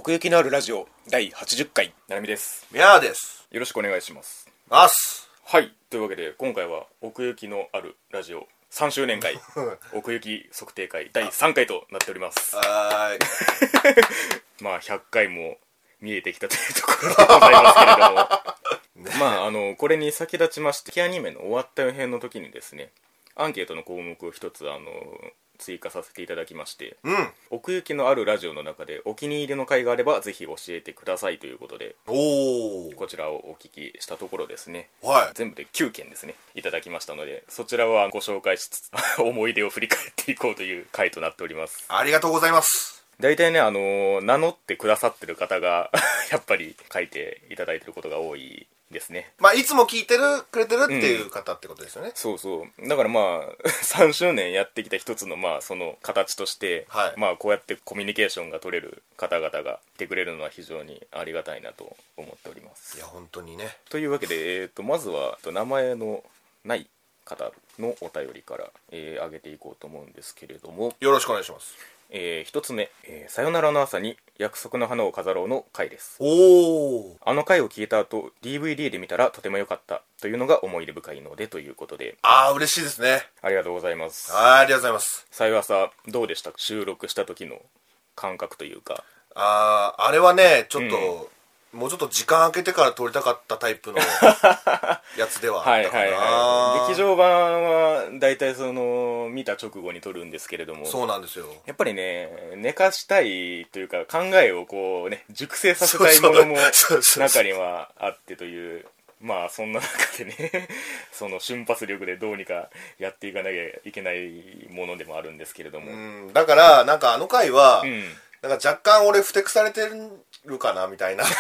奥行きのあるラジオ第80回ななみです。 宮です。 よろしくお願いします。 ます。 はい、というわけで今回は奥行きのあるラジオ3周年会奥行き測定会第3回となっております。 はーいまあ100回も見えてきたというところでございますけれどもまあこれに先立ちましてアニメの終わった編の時にですね、アンケートの項目を一つ追加させていただきまして、奥行きのあるラジオの中でお気に入りの回があればぜひ教えてくださいということで、こちらをお聞きしたところですね、全部で9件ですねいただきましたので、そちらはご紹介しつつ思い出を振り返っていこうという回となっております。 ありがとうございます。 大体ね名乗ってくださってる方がやっぱり書いていただいてることが多いですね。 まあいつも聞いてくれてるっていう方ってことですよね。 そうそうだからまあ3周年やってきた一つのまあその形として、まあこうやってコミュニケーションが取れる方々が来てくれるのは非常にありがたいなと思っております。 いや本当にね。 というわけで、まずは名前のない方のお便りから、上げていこうと思うんですけれども、 よろしくお願いします。 一つ目、さよならの朝に約束の花を飾ろうの回です。 あの回を聞いた後 DVD で見たらとても良かったというのが思い出深いのでということで、 嬉しいですね。 ありがとうございます。 ありがとうございます。 さよ朝どうでした？収録した時の感覚というか。 あれはねちょっと、もうちょっと時間空けてから撮りたかったタイプのやつではあったかな。 劇場版はだいたい見た直後に撮るんですけれども、 そうなんですよ。 やっぱりね寝かしたいというか考えをこうね熟成させたいものも中にはあってという、まあそんな中でねその瞬発力でどうにかやっていかなきゃいけないものでもあるんですけれども、 だからなんか回は、なんか若干俺ふてくされてるかなみたいな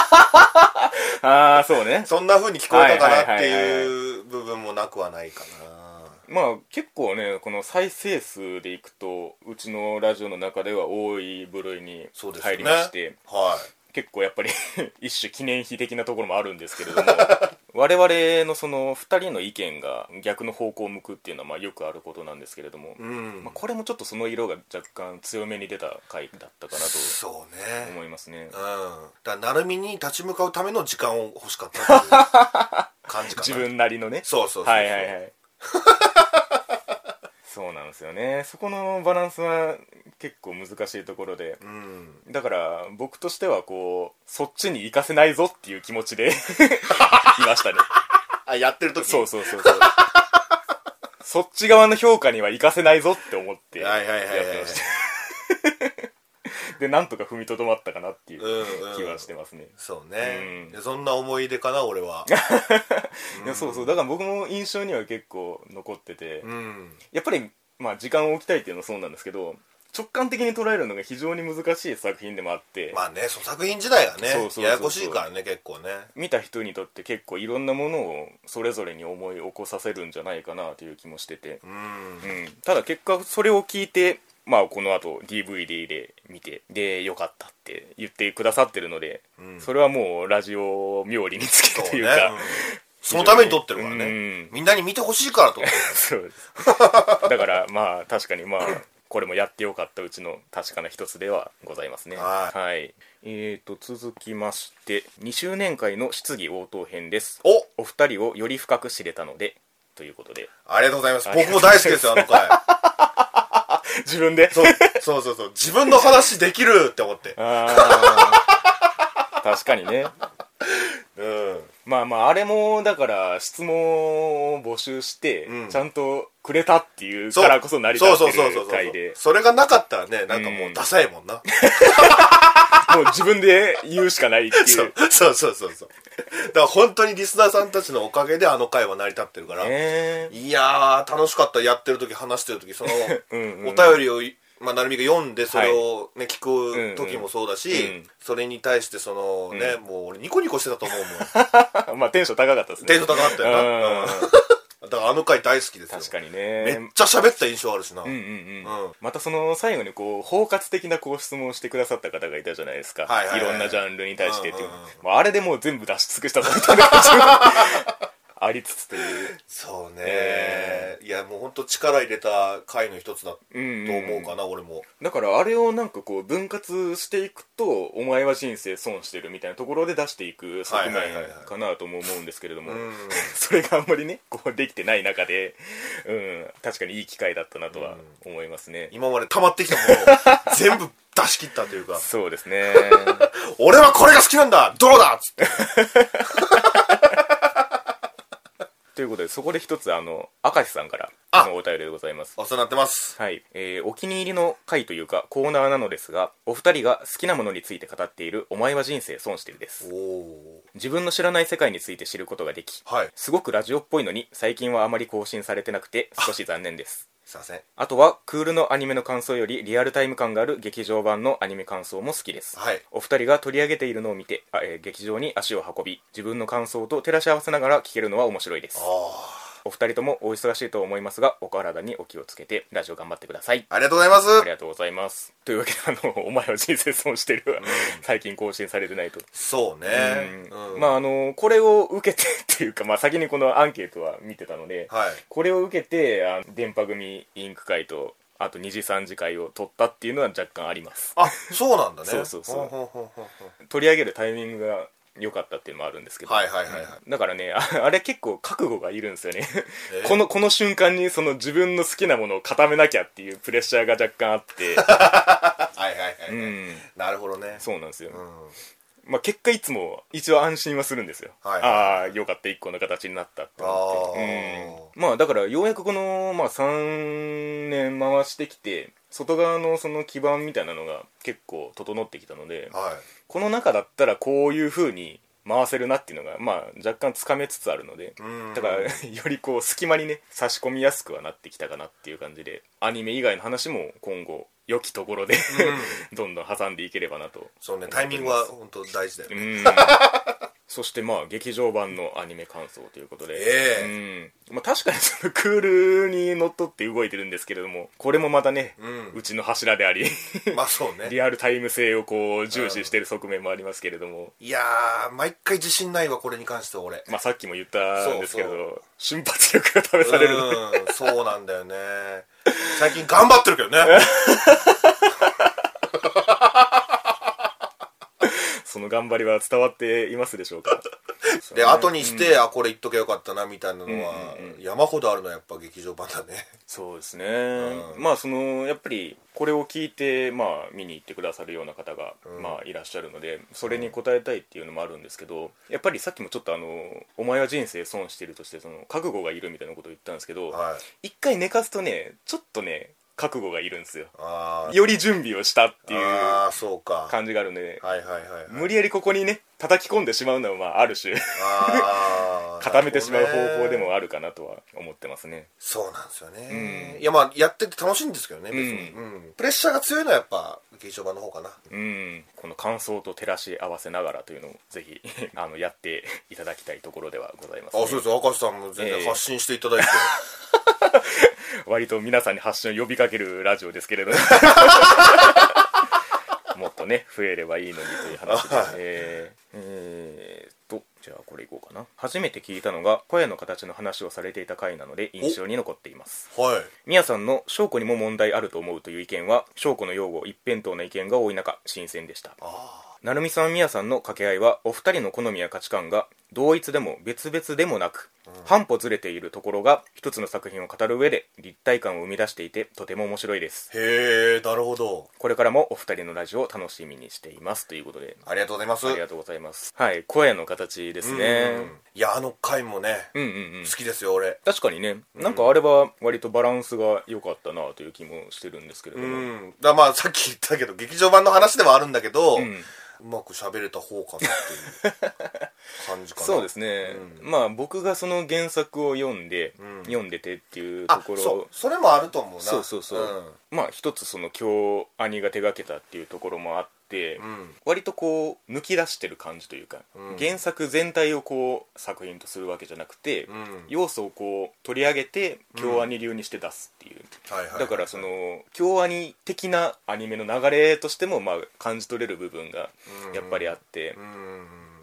そうね、 そんな風に聞こえたかなっていう部分もなくはないかな。 まあ結構ねこの再生数でいくとうちのラジオの中では多い部類に入りまして、結構やっぱり一種記念碑的なところもあるんですけれども我々のその2人の意見が逆の方向を向くっていうのはまあよくあることなんですけれども、これもちょっとその色が若干強めに出た回だったかなと思いますね。 だから成海に立ち向かうための時間を欲しかったっていう感じかな。 自分なりのね。 そうそうなんですよね。そこのバランスは結構難しいところで、だから僕としてはこうそっちに行かせないぞっていう気持ちでいましたね。 やってる時。 そうそっち側の評価には行かせないぞって思ってやってましたでなんとか踏みとどまったかなっていう気はしてますね。 そうね、そんな思い出かな俺は。 いやそうだから僕も印象には結構残ってて、やっぱりまあ時間を置きたいっていうのはそうなんですけど、直感的に捉えるのが非常に難しい作品でもあって、 まあね、その作品自体がねややこしいからね、結構ね見た人にとって結構いろんなものをそれぞれに思い起こさせるんじゃないかなという気もしてて、ただ結果それを聞いてまあこの後 DVD で見てで良かったって言ってくださってるので、それはもうラジオ冥利につけというか、 そのために撮ってるからね、みんなに見てほしいから撮ってるそうですだからまあ確かにまあこれもやってよかったうちの確かな一つではございますね。続きまして2周年会の質疑応答編です。お二人をより深く知れたのでということで、 ありがとうございます。僕も大好きですよ、あの回自分でそう自分の話できるって思って確かにねまああれもだから質問を募集して、ちゃんとくれたっていうからこそ成り立ってる回で、 それがなかったらねなんかもうダサいもんな、 もう自分で言うしかないっていうそうだから本当にリスナーさんたちのおかげであの回は成り立ってるから、いやー楽しかった。やってる時話してる時そのお便りを成海が読んでそれをね、聞く時もそうだし、それに対してそのね、もう俺ニコニコしてたと思うもんまあテンション高かったですね。 テンション高かったよなだからあの回大好きですよ。 確かにね、 めっちゃ喋った印象あるしな。 またその最後にこう包括的なこう質問をしてくださった方がいたじゃないですか、いろんなジャンルに対してっていう、あれでもう全部出し尽くしたぞみたいな感じありつつという。 そうね、いやもうほんと力入れた回の一つだと思うかな、俺も。 だからあれをなんかこう分割していくとお前は人生損してるみたいなところで出していく側面かなとも思うんですけれども、それがあんまりねこうできてない中で、確かにいい機会だったなとは思いますね。 今まで溜まってきたものを全部出し切ったというかそうですね俺はこれが好きなんだどうだっつってということでそこで一つ明石さんからのお便りでございます。 お世話になってます。 はい、お気に入りの回というかコーナーなのですが、お二人が好きなものについて語っているお前は人生損してるです。自分の知らない世界について知ることができ、 はい、 すごくラジオっぽいのに最近はあまり更新されてなくて少し残念です。 すいません。 あとはクールのアニメの感想よりリアルタイム感がある劇場版のアニメ感想も好きです、 はい、 お二人が取り上げているのを見て、劇場に足を運び自分の感想と照らし合わせながら聞けるのは面白いです。お二人ともお忙しいと思いますがお体にお気をつけてラジオ頑張ってください。 ありがとうございます。 ありがとうございます。というわけでお前は人生損してる、最近更新されてないと。 そうね、 まあこれを受けてっていうか、まあ、先にこのアンケートは見てたので、 はい、 これを受けて電波組インク会とあと2次3次会を取ったっていうのは若干あります。 あ、そうなんだね。 そう取り上げるタイミングが良かったっていうのもあるんですけど、だからねあれ結構覚悟がいるんですよねこの瞬間にその自分の好きなものを固めなきゃっていうプレッシャーが若干あってなるほどね。 そうなんですよ、まあ、結果いつも一応安心はするんですよ、ああよかった1個の形になったって思って、まあだからようやくこの、まあ、3年回してきて外側のその基盤みたいなのが結構整ってきたので、この中だったらこういう風に回せるなっていうのが、まあ、若干つかめつつあるので、だからよりこう隙間にね差し込みやすくはなってきたかなっていう感じで、アニメ以外の話も今後良きところでどんどん挟んでいければなと。 そうね、タイミングは本当大事だよねそしてまあ劇場版のアニメ感想ということで、まあ、確かにそのクールにのっとって動いてるんですけれども、これもまたね、うちの柱でありまあそうねリアルタイム性をこう重視してる側面もありますけれども、 いやー毎回自信ないわこれに関しては俺。 まあさっきも言ったんですけど瞬発力が試されるそうなんだよね最近頑張ってるけどねその頑張りは伝わっていますでしょうかで、後にして、これ言っとけばよかったなみたいなのは、山ほどあるのはやっぱ劇場版だね。 そうですね、まあやっぱりこれを聞いて、まあ、見に行ってくださるような方が、まあ、いらっしゃるのでそれに応えたいっていうのもあるんですけど、やっぱりさっきもちょっとお前は人生損しているとしてその覚悟がいるみたいなことを言ったんですけど、一回寝かすとねちょっとね覚悟がいるんですよ。より準備をしたっていう感じがあるので、無理やりここにね叩き込んでしまうのは、まあ、ある種固めてしまう方法でもあるかなとは思ってますね。 そうなんですよね、いやまあやってて楽しいんですけどね別に、プレッシャーが強いのはやっぱ劇場版の方かな。 この感想と照らし合わせながらというのをぜひやっていただきたいところではございます、ね。 そうです明石さんも全然発信していただいて、 割と皆さんに発信を呼びかけるラジオですけれどもっとね増えればいいのにという話で、じゃあこれいこうかな。初めて聞いたのが声の形の話をされていた回なので印象に残っています。みやさんの翔子にも問題あると思うという意見は翔子の擁護一辺倒な意見が多い中新鮮でした。なるみさんみやさんの掛け合いはお二人の好みや価値観が同一でも別々でもなく、半歩ずれているところが一つの作品を語る上で立体感を生み出していてとても面白いです。 へえ、なるほど。 これからもお二人のラジオを楽しみにしていますということで、 ありがとうございます。 ありがとうございます。はい、声の形ですね。 いや回もね、好きですよ俺。 確かにね、なんかあれは割とバランスが良かったなという気もしてるんですけれども、 だまあさっき言ったけど劇場版の話ではあるんだけど、うまく喋れた方かなっていう感じかな。 そうですね、まあ僕がその原作を読んでてっていうところ、 それもあると思うな。 まあ一つその京アニが手がけたっていうところもあって、割とこう抜き出してる感じというか、原作全体をこう作品とするわけじゃなくて、要素をこう取り上げて京アニ流にして出すっていう、だからその京アニ的なアニメの流れとしてもまあ感じ取れる部分がやっぱりあって、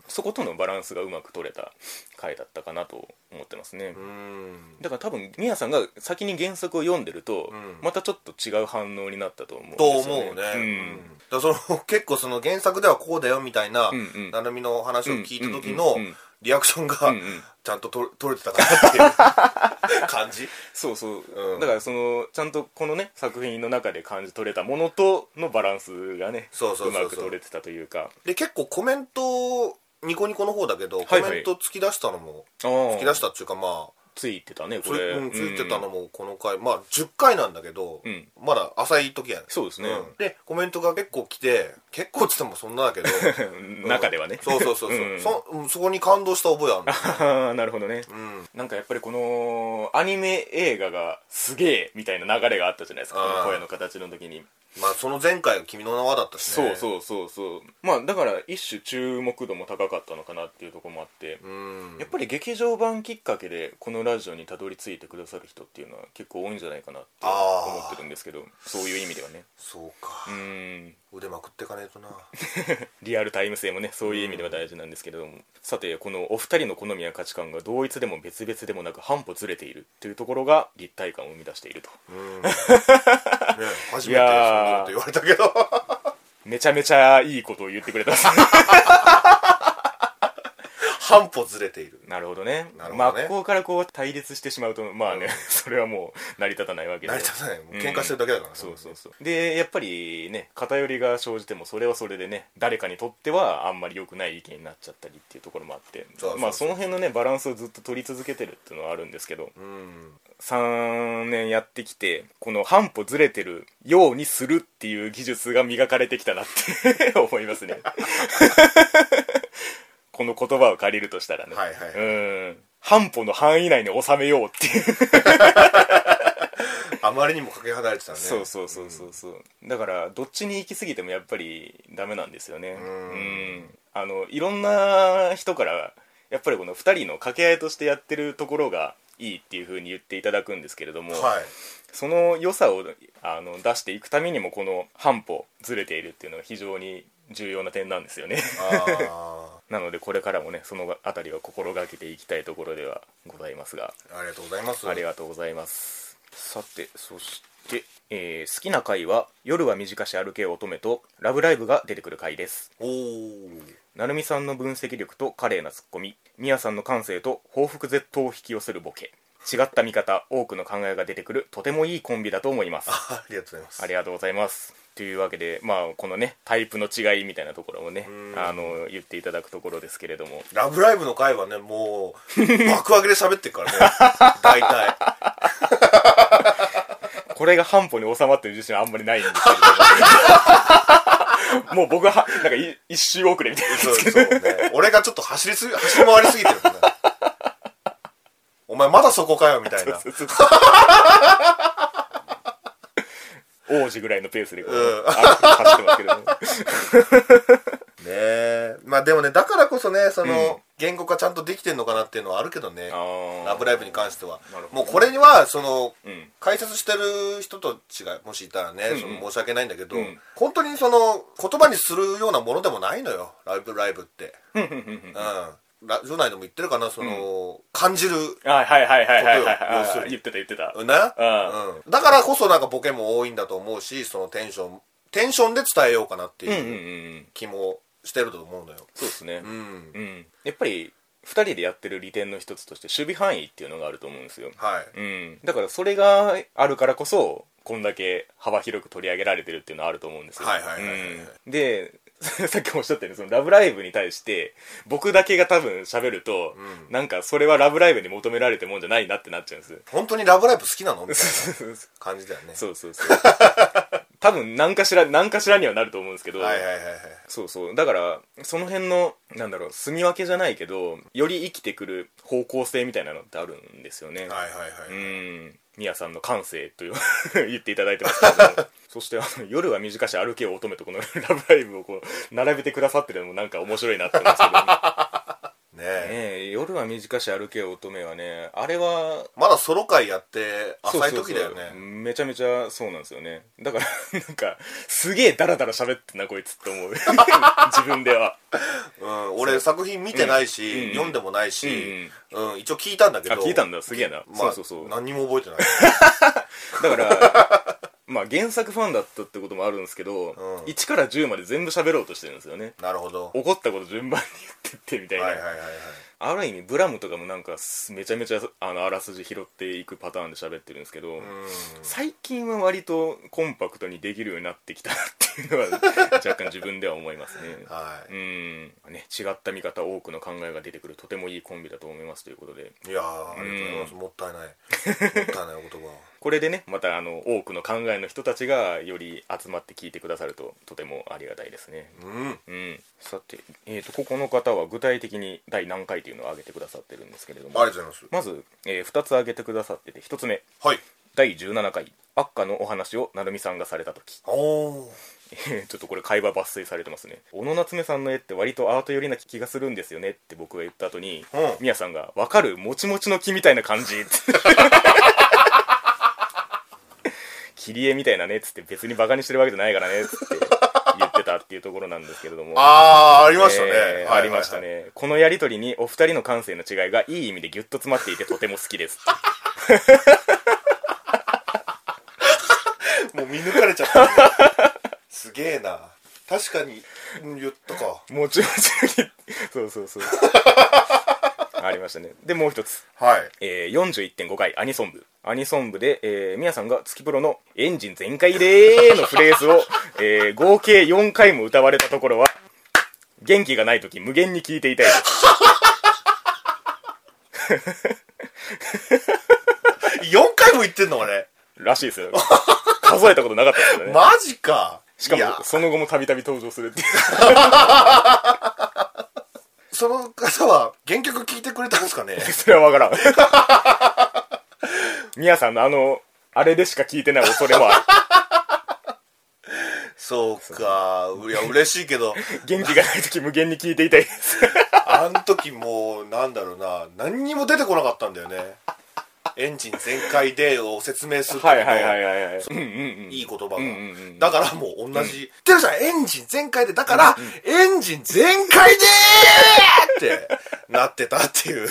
そことのバランスがうまく取れた回だったかなと思ってますね。だから多分みやさんが先に原作を読んでると、またちょっと違う反応になったと思うんですよね。 と思うね、だから結構その原作ではこうだよみたいな、なるみの話を聞いた時のリアクションがちゃんと取れてたかなっていう感じ。 そうそう、だからそのちゃんとこのね作品の中で感じ取れたものとのバランスがね、うまく取れてたというか。 で結構コメントニコニコの方だけど、コメント突き出したのも、突き出したっていうか、まあついてたねこれ、 ついてたのもこの回、まあ10回なんだけど、まだ浅い時やね。 そうですね、 でコメントが結構来て、結構っつってもそんなだけど中ではね、 そうそこに感動した覚えあるなるほどね、なんかやっぱりこのアニメ映画がすげえみたいな流れがあったじゃないですか、この声の形の時に。 まあその前回が君の名はだったしね。 そうまあだから一種注目度も高かったのかなっていうところもあって、やっぱり劇場版きっかけでこのラジオにたどり着いてくださる人っていうのは結構多いんじゃないかなって思ってるんですけど、そういう意味ではね。 そうか、腕まくってかねえとなリアルタイム性もね、そういう意味では大事なんですけれども、さてこのお二人の好みや価値観が同一でも別々でもなく半歩ずれているっていうところが立体感を生み出していると。 ね、初めてそうって言われたけどめちゃめちゃいいことを言ってくれた半歩ずれている。 なるほどね。まあここからこう対立してしまうとまあね、それはもう成り立たないわけで、 成り立たない、もう喧嘩してるだけだから、 そうでやっぱりね偏りが生じてもそれはそれでね、誰かにとってはあんまり良くない意見になっちゃったりっていうところもあって、まあその辺のねバランスをずっと取り続けてるっていうのはあるんですけど、3年やってきてこの半歩ずれてるようにするっていう技術が磨かれてきたなって思いますねこの言葉を借りるとしたらね、半歩の範囲内に収めようっていうあまりにもかけ離れてたね。 そうだからどっちに行き過ぎてもやっぱりダメなんですよね。いろんな人からやっぱりこの2人の掛け合いとしてやってるところがいいっていう風に言っていただくんですけれども、その良さを出していくためにもこの半歩ずれているっていうのが非常に重要な点なんですよねなのでこれからもねそのあたりは心がけていきたいところではございますが、 ありがとうございます。 ありがとうございます。さてそして、好きな回は夜は短し歩け乙女とラブライブが出てくる回です。なるみさんの分析力と華麗なツッコミ、みやさんの感性と報復絶倒を引き寄せるボケ、違った見方多くの考えが出てくるとてもいいコンビだと思います。 ありがとうございます。 ありがとうございます。というわけでまあこのねタイプの違いみたいなところをね言っていただくところですけれども、 ラブライブの回はねもう爆上げで喋ってるからね大体これが半歩に収まってる自信はあんまりないんですけどもう僕はなんか一周遅れみたいな。 そうね、俺がちょっと走り回りすぎてるもんねお前まだそこかよみたいな王子ぐらいのペースでこう、走ってますけどもねえ、まあでもねだからこそねその、言語化ちゃんとできてんのかなっていうのはあるけどね、ラブライブに関しては、もうこれにはその、解説してる人たちがもしいたらね、その申し訳ないんだけど、本当にその言葉にするようなものでもないのよラブってラジオ内でも言ってるかな、その、感じることよ。 言ってたね、 だからこそなんかボケも多いんだと思うし、そのテンションで伝えようかなっていう気もしてると思うのよ。 そうですね。やっぱり2人でやってる利点の一つとして守備範囲っていうのがあると思うんですよ。だからそれがあるからこそこんだけ幅広く取り上げられてるっていうのはあると思うんですよ。でさっきもおっしゃったようにそのラブライブに対して僕だけが多分喋ると、なんかそれはラブライブに求められてるもんじゃないなってなっちゃうんです。 本当にラブライブ好きなのみたいな感じだよね。 多分何かしらにはなると思うんですけど、だからその辺のなんだろう住み分けじゃないけどより生きてくる方向性みたいなのってあるんですよね。みやさんの感性という言っていただいてますけどそして夜は短し歩けを乙女とこのラブライブをこう並べてくださってるのもなんか面白いなって思うんですけど夜は短し歩けよ乙女はね、あれはまだソロ会やって浅い時だよね。 めちゃめちゃそうなんですよね。だからなんかすげえダラダラ喋ってんなこいつって思う自分では。 俺俺作品見てないし、読んでもないし、一応聞いたんだけど。 聞いたんだ、すげえな。 そう何にも覚えてない。 だからまあ原作ファンだったってこともあるんですけど、1から10まで全部喋ろうとしてるんですよね。 なるほど。 怒ったこと順番に言ってってみたいな。ある意味ブラムとかもなんかめちゃめちゃあらすじ拾っていくパターンで喋ってるんですけど、最近は割とコンパクトにできるようになってきたなっていうのは若干自分では思いますね。ね、違った見方、多くの考えが出てくるとてもいいコンビだと思いますということで。 いやー、ありがとうございます。もったいないもったいないお言葉。 これでね、また多くの考えの人たちがより集まって聞いてくださるととてもありがたいですね。さて、ここの方は具体的に第何回というのを挙げてくださってるんですけれども、 ありがとうございます。 まず、2つ挙げてくださってて、1つ目、第17回悪化のお話を成美さんがされた時。ちょっとこれ会話抜粋されてますね。小野夏目さんの絵って割とアート寄りな気がするんですよねって僕が言った後に、みやさんが、わかる、もちもちの木みたいな感じ切り絵みたいなねっつって、別にバカにしてるわけじゃないからねっつって言ってたっていうところなんですけれども、 ありましたね。 ありましたね。このやりとりにお二人の感性の違いがいい意味でギュッと詰まっていてとても好きですもう見抜かれちゃったねすげえな。確かに言ったか。 もちもちの木そうありましたね。でもう一つ、41.5 回アニソン部で、みやさんが月プロのエンジン全開でーのフレーズを、合計4回も歌われたところは、元気がないとき無限に聴いていたいです 4回も言ってんのあれらしいですよ。数えたことなかったですけどね。 マジか。 しかもその後もたびたび登場するっていうその方は原曲聞いてくれたんですかねそれは分からんみやさんのあれでしか聞いてない恐れもあるそうか。いや嬉しいけど元気がない時無限に聞いていたいですあの時もうなんだろうな、何にも出てこなかったんだよね。エンジン全開でを説明する時のいい言葉が、だからもう同じてるじゃん、エンジン全開で、だから、エンジン全開でーってなってたっていう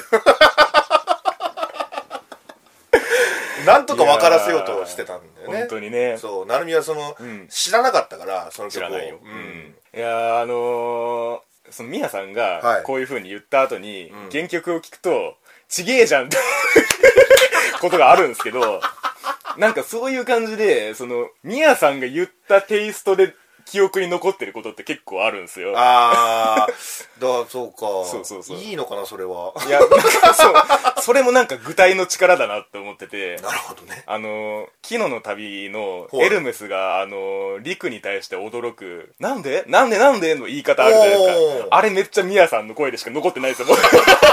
なんとか分からせようとしてたんだよね。 本当にね。 そう、成美は知らなかったからその曲を。 知らないよ。いやそのミヤさんがこういう風に言った後に、原曲を聴くとちげえじゃんってことがあるんですけど、なんかそういう感じでミヤさんが言ったテイストで記憶に残ってることって結構あるんですよ。 そうか。 そういいのかなそれは。 いや、なんかそれもなんか具体の力だなって思ってて。 なるほどね。 キノの旅のエルメスがリクに対して驚くなんでの言い方あるじゃないですか。あれめっちゃミヤさんの声でしか残ってないですよ。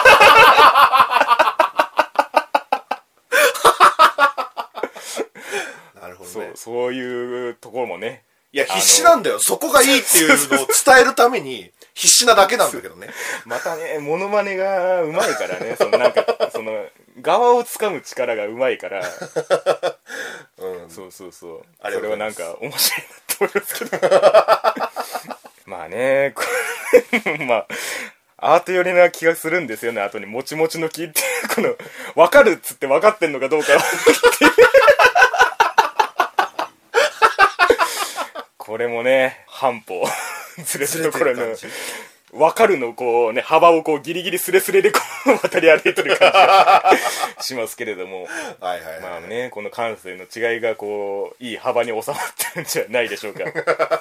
なるほどね。 そういうところもね。 いや必死なんだよ。そこがいいっていうのを伝えるために必死なだけなんだけどね。 またね、モノマネがうまいからね。なんか側をつかむ力がうまいから。そうそれはなんか面白いなと思いますけど。まあね、まあアート寄りな気がするんですよね。後にもちもちの木って分かるっつって分かってんのかどうかこれもね、半歩ずれるところの分かるのこうね、幅をこうギリギリスレスレでこう渡り歩いてる感じがしますけれども、まあね、この感性の違いがこういい幅に収まってるんじゃないでしょうか。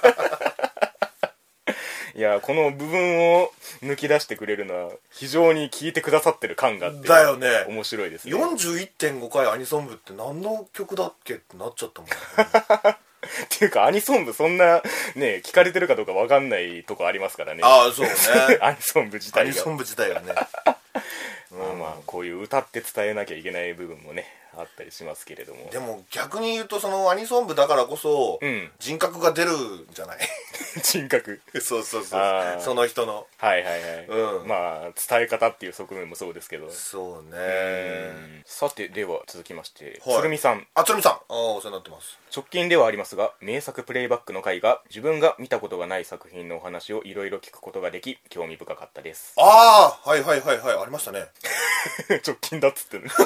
いや、この部分を抜き出してくれるのは非常に聞いてくださってる感があってだよね。 面白いですね。 41.5 回アニソン部って何の曲だっけってなっちゃったもんね。 っていうかアニソン部そんなね聞かれてるかどうか分かんないとこありますからね。 そうね。 アニソン部自体が。 アニソン部自体がね。 まあこういう歌って伝えなきゃいけない部分もねあったりしますけれども。 でも逆に言うとアニソン部だからこそ、人格が出るんじゃない人格そうそうそうその人のはいはいはい、うん、まあ伝え方っていう側面もそうですけどそうねさてでは続きまして、はい、鶴見さん鶴見さんお世話になってます。 直近ではありますが名作プレイバックの回が自分が見たことがない作品のお話をいろいろ聞くことができ興味深かったです。 ああはいはいはいはいありましたね直近だっつってね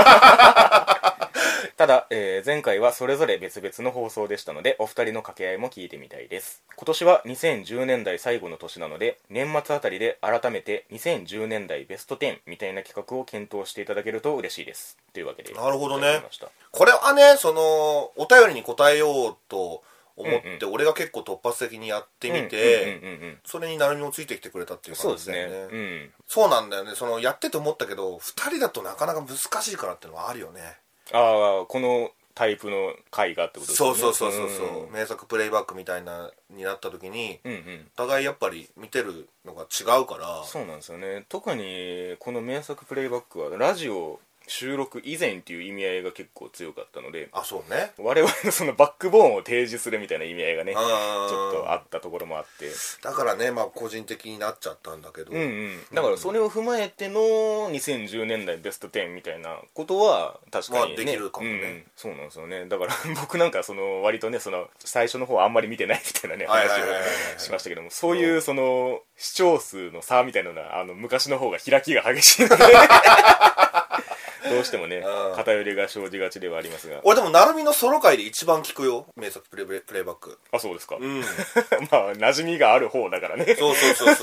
ただ、前回はそれぞれ別々の放送でしたのでお二人の掛け合いも聞いてみたいです。今年は2010年代最後の年なので年末あたりで改めて2010年代ベスト10みたいな企画を検討していただけると嬉しいですというわけで。 なるほどね。これはねそのお便りに答えようと思って、俺が結構突発的にやってみてそれに成美もついてきてくれたっていう感じだよね。そうですね、そうなんだよね。そのやってて思ったけど2人だとなかなか難しいからっていうのはあるよね。 ああこのタイプの回がってことですね。 そう名作プレイバックみたいなになった時に、お互いやっぱり見てるのが違うから。 そうなんですよね。特にこの名作プレイバックはラジオ収録以前っていう意味合いが結構強かったので、 そうね、 我々のそのバックボーンを提示するみたいな意味合いがねちょっとあったところもあって、 だからねまあ個人的になっちゃったんだけど、 だからそれを踏まえての2010年代ベスト10みたいなことは確かにね、 できるかもね、 そうなんですよね。だから僕なんかその割とねその最初の方あんまり見てないみたいなね話をしましたけども、そういうその視聴数の差みたいなのは昔の方が開きが激しいのでどうしてもね偏りが生じがちではありますが、 俺でも成海のソロ回で一番聞くよ名作プレイバック。 あそうですか、まあ馴染みがある方だからね。 そう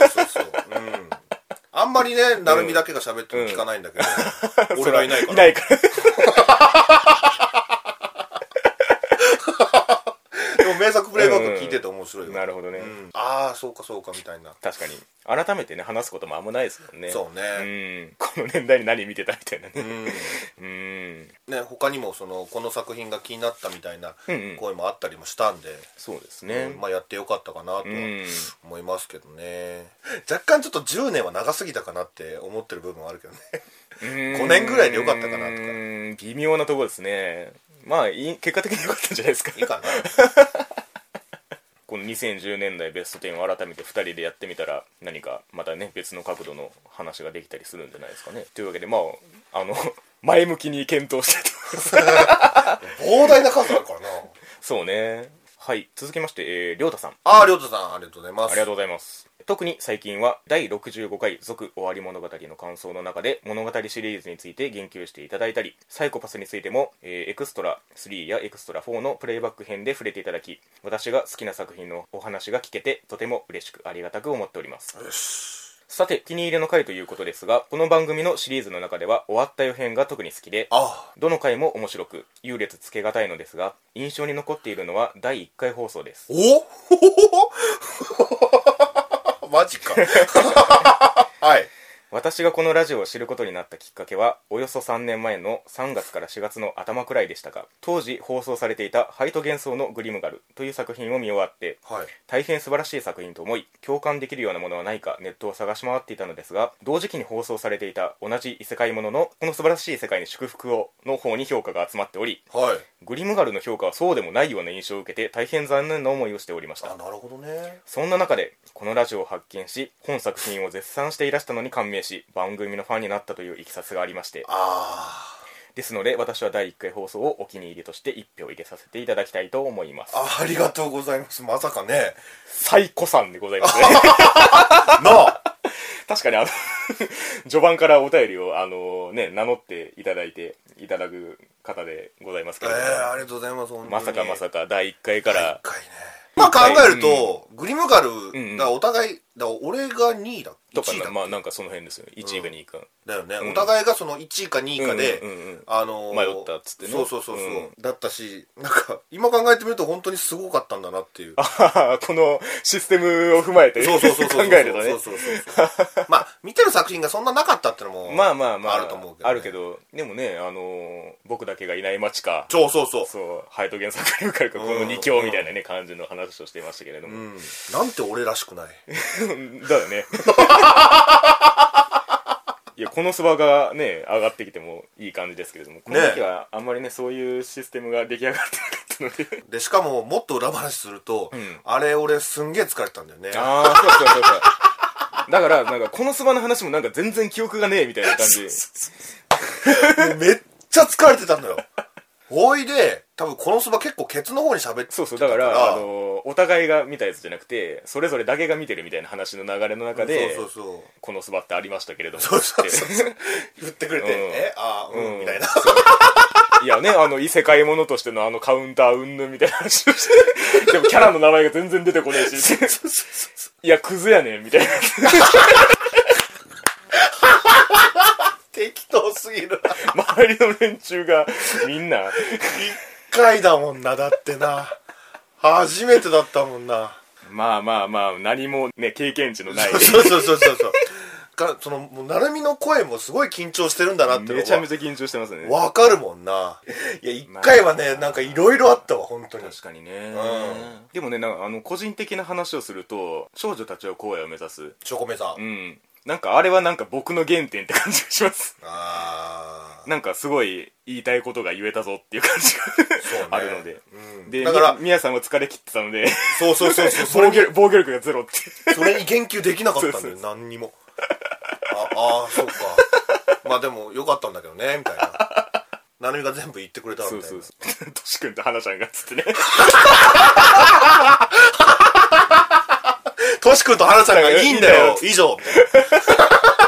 あんまりね成海だけが喋っても聞かないんだけど、俺がいないからでも名作プレイバック聞いてて面白いよ。 なるほどね、 ああそうかみたいな。 確かに改めてね話すこともあんまないですもんね。 そうね、 この年代に何見てたみたいなね。ね他にもこの作品が気になったみたいな声もあったりもしたんで、 そうですね、 まあやってよかったかなとは思いますけどね。若干ちょっと10年は長すぎたかなって思ってる部分はあるけどね5年ぐらいでよかったかなとか微妙なところですね。まあ結果的に良かったんじゃないですか。 いいかなこの2010年代ベスト10を改めて2人でやってみたら何かまたね別の角度の話ができたりするんじゃないですかね。というわけでまあ前向きに検討したいと思います膨大な数あるからな。 そうね。はい、続きましてりょうたさん。 りょうたさんありがとうございます。 ありがとうございます。特に最近は第65回続終わり物語の感想の中で物語シリーズについて言及していただいたり、サイコパスについても、エクストラ3やエクストラ4のプレイバック編で触れていただき、私が好きな作品のお話が聞けてとても嬉しくありがたく思っております。さて気に入りの回ということですが、この番組のシリーズの中では終わった予編が特に好きで、どの回も面白く優劣つけがたいのですが、印象に残っているのは第1回放送です。 マジかはい。 私がこのラジオを知ることになったきっかけはおよそ3年前の3月から4月の頭くらいでしたが、当時放送されていたハイト幻想のグリムガルという作品を見終わって、大変素晴らしい作品と思い共感できるようなものはないかネットを探し回っていたのですが、同時期に放送されていた同じ異世界もののこの素晴らしい世界に祝福をの方に評価が集まっており、グリムガルの評価はそうでもないような印象を受けて大変残念な思いをしておりました。 なるほどね。 そんな中でこのラジオを発見し本作品を絶賛していらしたのに感銘し番組のファンになったといういきさつがありまして、ですので私は第1回放送をお気に入りとして1票入れさせていただきたいと思います。 ありがとうございます。まさかね最古さんでございますね確かに序盤からお便りを名乗っていただく方でございますけれども、 ありがとうございます。 まさか第1回から第1回ね。まあ考えると、グリムガルだお互い俺が2位だとかまあなんかその辺ですよ。1位か2位かだよね。お互いがその1位か2位かで迷ったっつってね。 そうだったし、なんか今考えてみると本当にすごかったんだなっていう。 このシステムを踏まえて考えるとね。 まあ見てる作品がそんななかったってのもまああると思うけど、 あるけど、でもね僕だけがいない街か、 そうハイト原作グリムガルかこの2強みたいなね感じの話をしていましたけれども、なんて俺らしくないだよねいやこのそばがね上がってきてもいい感じですけれども、この時はあんまりねそういうシステムが出来上がってなかったのででしかももっと裏話すると、あれ俺すんげえ疲れてたんだよね。 ああそうそうそうそうだからなんかこのそばの話もなんか全然記憶がねえみたいな感じもうめっちゃ疲れてたんだよ。おいで多分このそば結構ケツの方に喋ってたから、 そうだからお互いが見たやつじゃなくてそれぞれだけが見てるみたいな話の流れの中で、このそばってありましたけれども言ってくれて、みたいな。 いやね異世界ものとしてのカウンターうんぬんみたいな話をしてでもキャラの名前が全然出てこねえしいやクズやねんみたいな適当すぎる周りの連中がみんな 1回だもんな。だってな初めてだったもんな。 まあ何もね経験値のないそのもう成海の声もすごい緊張してるんだなってのめちゃめちゃ緊張してますね。 わかるもんな。いや1回はねなんかいろいろあったわ本当に。 確かにね、でもねなんか個人的な話をすると少女たちは荒野を目指すチョコメさん、なんかあれはなんか僕の原点って感じがします。なんかすごい言いたいことが言えたぞっていう感じがあるので、でだから宮さんは疲れ切ってたのでそう防御力がゼロってそれに言及できなかったんだよ何にも。そうかまあでもよかったんだけどねみたいな。なるみが全部言ってくれたみたいな。 そうとしくんと花ちゃんがつってねとしくんと花ちゃんがいいんだよ以上みたいな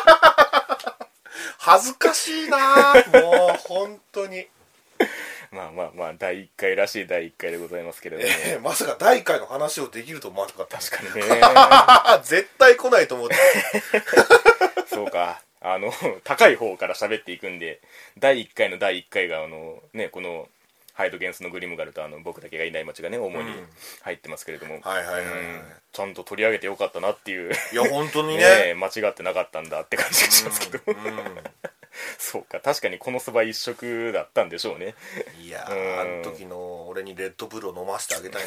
恥ずかしいなもう本当にまあ第1回らしい第1回でございますけれども、 まさか第1回の話をできると思わなかった。 確かにね絶対来ないと思ってそうか高い方から喋っていくんで第1回の第1回がこのハイド・ゲンスのグリムガルと僕だけがいない街がね主に入ってますけれども、ちゃんと取り上げてよかったなっていういや本当にね間違ってなかったんだって感じがしますけどそうか確かにこのそば一色だったんでしょうね。 いやあの時の俺にレッドブルを飲ませてあげたい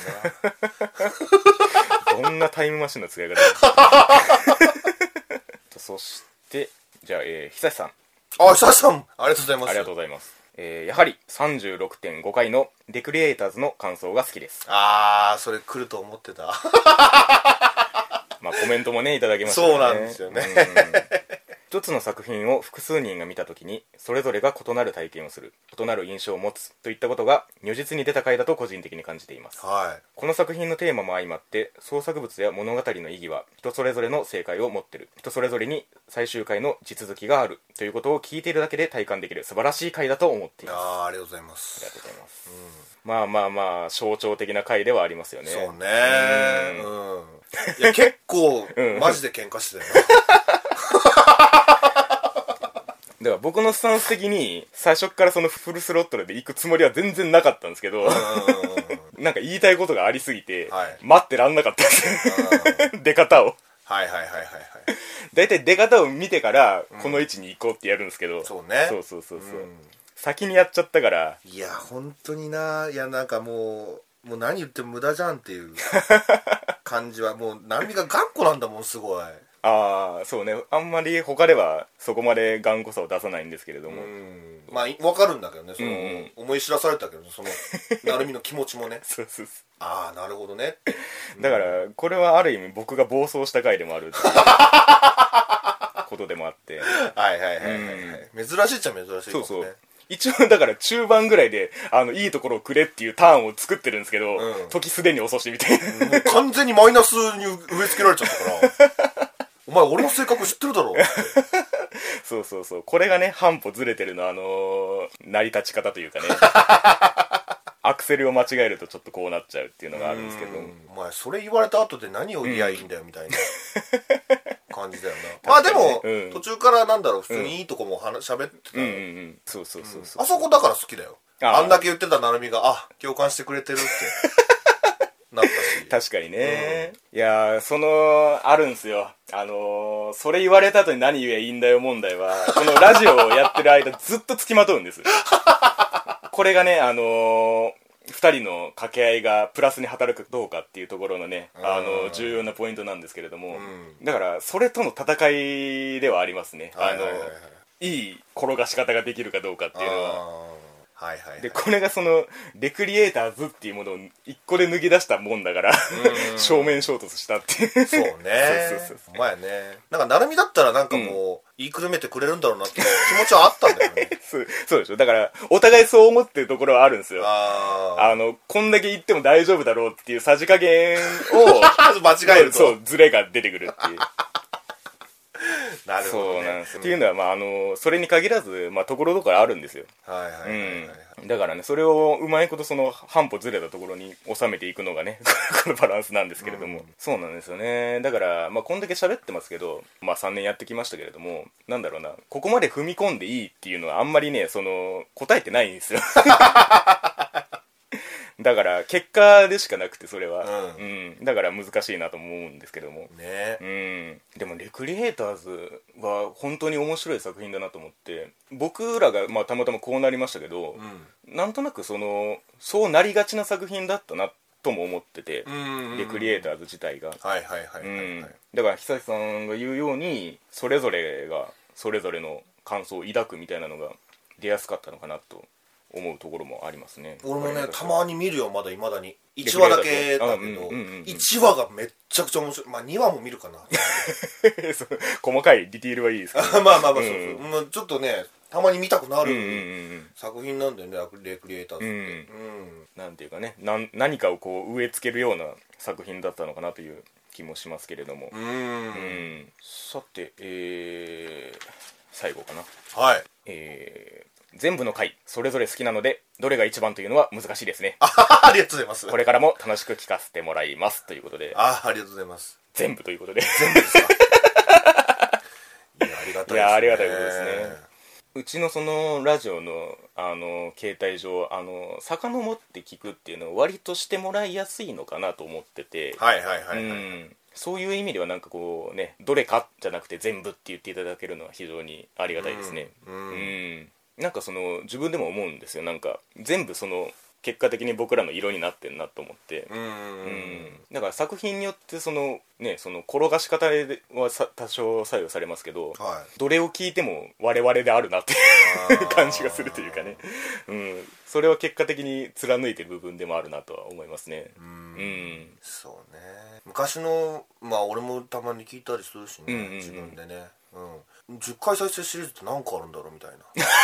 などんなタイムマシンの使い方そしてじゃあ久さん久さんありがとうございます。 ありがとうございます。やはり 36.5 回のデクリエイターズの感想が好きです。 それ来ると思ってたまあコメントもねいただきましたね。 そうなんですよね一つの作品を複数人が見たときにそれぞれが異なる体験をする、異なる印象を持つといったことが如実に出た回だと個人的に感じています。この作品のテーマも相まって創作物や物語の意義は人それぞれの正解を持ってる、人それぞれに最終回の地続きがあるということを聞いているだけで体感できる素晴らしい回だと思っています。 ありがとうございます。 ありがとうございます、まあ象徴的な回ではありますよね。 そうねいや結構マジで喧嘩してたよなだから僕のスタンス的に最初からそのフルスロットルで行くつもりは全然なかったんですけどなんか言いたいことがありすぎて、待ってらんなかったです出方をだいたい出方を見てからこの位置に行こうってやるんですけど、 そう先にやっちゃったから。 いや本当にいやなんかもう何言っても無駄じゃんっていう感じはもう波が頑固なんだもんすごい。 そうね、あんまり他ではそこまで頑固さを出さないんですけれども、 まあ分かるんだけどね思い知らされたけどその成海の気持ちもねなるほどねだからこれはある意味僕が暴走した回でもあることでもあって珍しいっちゃ珍しいかもね。 一応だから中盤ぐらいでいいところをくれっていうターンを作ってるんですけど、時すでに遅しみたいなもう完全にマイナスに植え付けられちゃったからお前俺の性格知ってるだろってそうこれがね半歩ずれてるの成り立ち方というかねアクセルを間違えるとちょっとこうなっちゃうっていうのがあるんですけど、 お前それ言われた後で何を言いゃいいんだよみたいな感じだよなまあでも、途中からなんだろう普通にいいとこも喋ってたそうあそこだから好きだよ。あんだけ言ってた成海が共感してくれてるってなったし確かにね、いやあるんすよそれ言われた後に何言えばいいんだよ問題はこのラジオをやってる間ずっとつきまとうんですこれがね2人の掛け合いがプラスに働くかどうかっていうところのね重要なポイントなんですけれども、だからそれとの戦いではありますね。 いい転がし方ができるかどうかっていうのは。 はいはい、はい、 でこれがそのレクリエイターズっていうものを一個で脱ぎ出したもんだから正面衝突したっていうそうねそうまやね。なんか成海だったらなんかもう言いくるめてくれるんだろうなって気持ちはあったんだよねそうでしょ。だからお互いそう思ってるところはあるんですよ。こんだけ言っても大丈夫だろうっていうさじ加減を間違えるとそうズレが出てくるっていうなるほど、ね、 そうなんです、っていうのは、まあ、それに限らず、まあ、ところどころあるんですよ。 はいはいはいはい、 うん、だからねそれをうまいことその半歩ずれたところに収めていくのがねこのバランスなんですけれども、そうなんですよね。だから、まあ、こんだけ喋ってますけど、まあ、3年やってきましたけれども、なんだろうな、ここまで踏み込んでいいっていうのはあんまりね答えてないんですよだから結果でしかなくてそれは、だから難しいなと思うんですけどもね、 でもレクリエイターズは本当に面白い作品だなと思って、僕らが、まあ、たまたまこうなりましたけど、なんとなくそうなりがちな作品だったなとも思ってて、レクリエイターズ自体がだから久志さんが言うようにそれぞれがそれぞれの感想を抱くみたいなのが出やすかったのかなと思うところもありますね。 俺もねたまに見るよ、まだ未だに1話だけだけど、1話がめっちゃくちゃ面白い。まあ2話も見るかな細かいディティールはいいですけどまあそうそう、ちょっとねたまに見たくなる作品なんだよね、レクリエイターズって、 なんていうかね、何かをこう植え付けるような作品だったのかなという気もしますけれども、さて最後かな。 はい、 全部の回それぞれ好きなのでどれが一番というのは難しいですね。 ありがとうございます。 これからも楽しく聞かせてもらいますということで、 ありがとうございます。 全部ということで全部ですかいやありがたいですね。 いやありがたいことですね。うちのそのラジオの携帯上遡って聞くっていうのを割としてもらいやすいのかなと思ってて、そういう意味ではなんかこうね、どれかじゃなくて全部って言っていただけるのは非常にありがたいですね。なんか自分でも思うんですよ。なんか全部結果的に僕らの色になってんなと思って、だから作品によって転がし方は多少左右されますけど、どれを聞いても我々であるなっていう感じがするというかね、それは結果的に貫いてる部分でもあるなとは思いますね。 そうね、昔のまあ俺もたまに聞いたりするしね、自分でね、10回再生シリーズって何個あるんだろうみたいな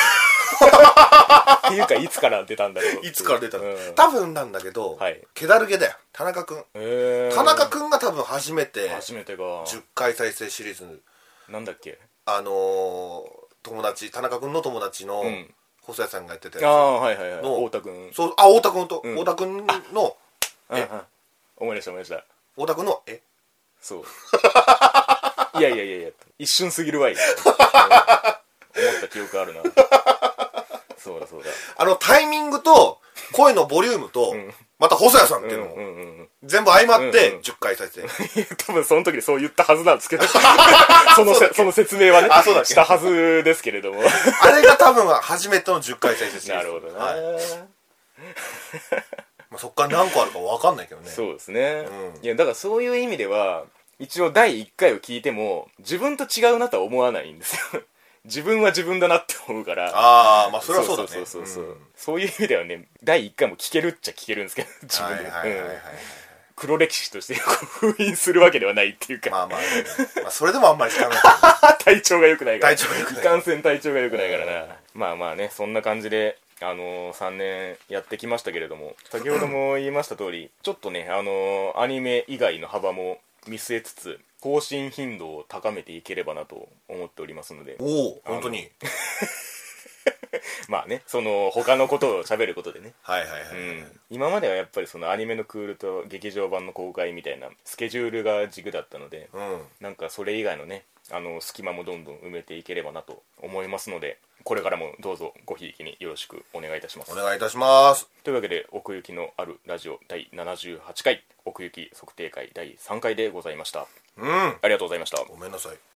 っていうかいつから出たんだろういつから出たの、多分なんだけど、ケダルゲだよ、田中君。田中君が多分初めて10回再生シリーズ、 なんだっけ、 友達、田中君の友達の細谷さんがやってたやつの太田君、 そう、太田君と太田君の思い出した太田君のそういや一瞬すぎるわい思った記憶あるなそうだタイミングと声のボリュームと、また細谷さんっていうのも全部相まって10回再生多分その時にそう言ったはずなんですけどその説明はねしたはずですけれどもあれが多分初めての10回再生シリーズ。 なるほどね、 そっから何個あるか分かんないけどね。 そうですね、いやだからそういう意味では一応第1回を聞いても自分と違うなとは思わないんですよ自分は自分だなって思うから。 まあそれはそうだね。 そういう意味ではね、第1回も聞けるっちゃ聞けるんですけど、自分で黒歴史として封印するわけではないっていうか、 まあそれでもあんまり聞かない体調が良くないから、いかかんせん体調が良くないからな。まあね、そんな感じで3年やってきましたけれども、先ほども言いました通りちょっとねアニメ以外の幅も見据えつつ更新頻度を高めていければなと思っておりますので。 本当にまあね、他のことを喋ることでね今まではやっぱりアニメのクールと劇場版の公開みたいなスケジュールが軸だったので、なんかそれ以外のね隙間もどんどん埋めていければなと思いますので、これからもどうぞごひいきによろしくお願いいたします。 お願いいたします。 というわけで奥行きのあるラジオ第78回奥行き測定会第3回でございました。ありがとうございました。 ごめんなさい。